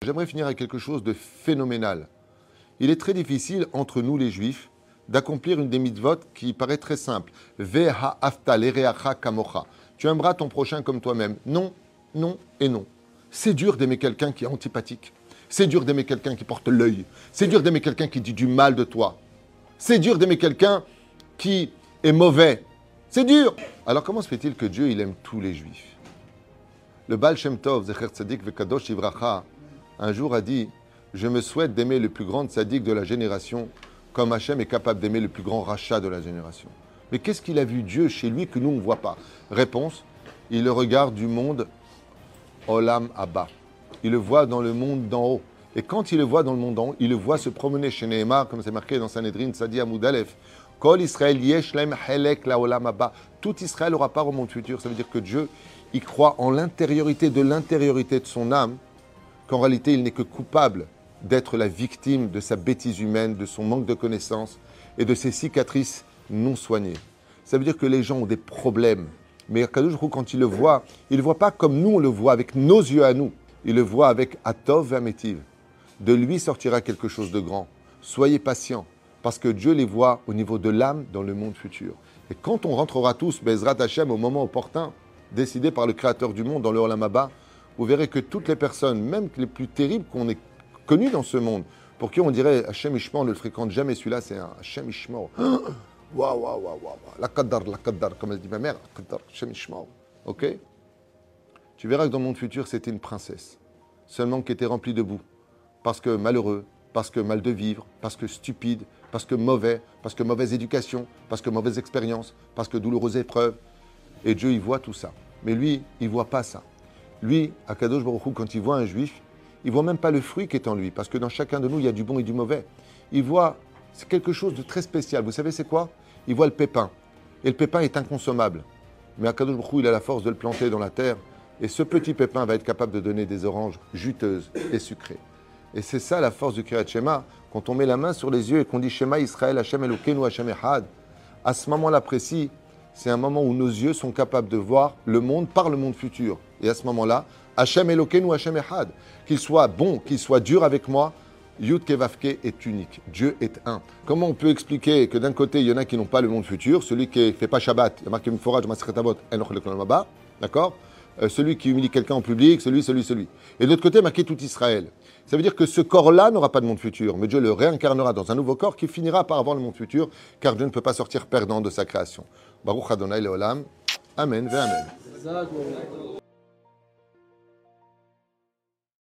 J'aimerais finir avec quelque chose de phénoménal. Il est très difficile entre nous les Juifs d'accomplir une des mitzvot qui paraît très simple. Ve'ha'afta l'ereacha kamocha. Tu aimeras ton prochain comme toi-même. Non, non et non. C'est dur d'aimer quelqu'un qui est antipathique. C'est dur d'aimer quelqu'un qui porte l'œil. C'est dur d'aimer quelqu'un qui dit du mal de toi. C'est dur d'aimer quelqu'un qui est mauvais. C'est dur. Alors comment se fait-il que Dieu il aime tous les Juifs? Le Baal Shem Tov, Zecher Tzadik Vekadosh Ivracha, un jour a dit « Je me souhaite d'aimer le plus grand tzaddik de la génération comme Hachem est capable d'aimer le plus grand rachat de la génération. » Mais qu'est-ce qu'il a vu Dieu chez lui que nous on ne voit pas? Réponse, il le regarde du monde Olam Abba. Il le voit dans le monde d'en haut. Et quand il le voit dans le monde d'en haut, il le voit se promener chez Nehemar, comme c'est marqué dans Sanhedrin, Sadi Amoud Aleph. Kol Israël yesh lem helek la Olam Abba. Tout Israël aura part au monde futur. Ça veut dire que Dieu, il croit en l'intériorité de son âme, qu'en réalité, il n'est que coupable d'être la victime de sa bêtise humaine, de son manque de connaissances et de ses cicatrices non soignées. Ça veut dire que les gens ont des problèmes. Mais Akadosh Baruch Hu, quand il le voit pas comme nous on le voit, avec nos yeux à nous. Il le voit avec Atov Vametiv. De lui sortira quelque chose de grand. Soyez patients, parce que Dieu les voit au niveau de l'âme dans le monde futur. Et quand on rentrera tous, Bezrat Hashem, au moment opportun, décidé par le Créateur du monde dans le Olam Haba, vous verrez que toutes les personnes, même les plus terribles qu'on ait connues dans ce monde, pour qui on dirait Hashem Ishmael, on ne le fréquente jamais, celui-là c'est un Hashem Ishmael. Waouh, waouh, waouh, waouh, la kaddar, comme elle dit ma mère, la kaddar, Hashem Ishmael. Ok? Tu verras que dans le monde futur, c'était une princesse, seulement qui était remplie de boue. Parce que malheureux, parce que mal de vivre, parce que stupide, parce que mauvais, parce que mauvaise éducation, parce que mauvaise expérience, parce que douloureuse épreuve. Et Dieu, il voit tout ça. Mais lui, il ne voit pas ça. Lui, Akadosh Baruch Hu, quand il voit un juif, il ne voit même pas le fruit qui est en lui, parce que dans chacun de nous, il y a du bon et du mauvais. Il voit, c'est quelque chose de très spécial. Vous savez, c'est quoi? Il voit le pépin. Et le pépin est inconsommable. Mais Akadosh Baruch Hu, il a la force de le planter dans la terre. Et ce petit pépin va être capable de donner des oranges juteuses et sucrées. Et c'est ça la force du Kriyat Shema. Quand on met la main sur les yeux et qu'on dit Shema Israël, Hashem Elokeinu, Hashem Echad, à ce moment-là précis, c'est un moment où nos yeux sont capables de voir le monde par le monde futur. Et à ce moment-là, Hashem Elokeinu, Hashem Echad, qu'il soit bon, qu'il soit dur avec moi, Yud Kevavke est unique. Dieu est un. Comment on peut expliquer que d'un côté, il y en a qui n'ont pas le monde futur, celui qui ne fait pas Shabbat, il y a marqué Mforaj, Masechet Avot, Enoch Lekolam Haba, d'accord? Celui qui humilie quelqu'un en public, celui. Et de l'autre côté, marqué tout Israël. Ça veut dire que ce corps-là n'aura pas de monde futur, mais Dieu le réincarnera dans un nouveau corps qui finira par avoir le monde futur, car Dieu ne peut pas sortir perdant de sa création. Baruch Adonai Leolam. Amen ve Amen.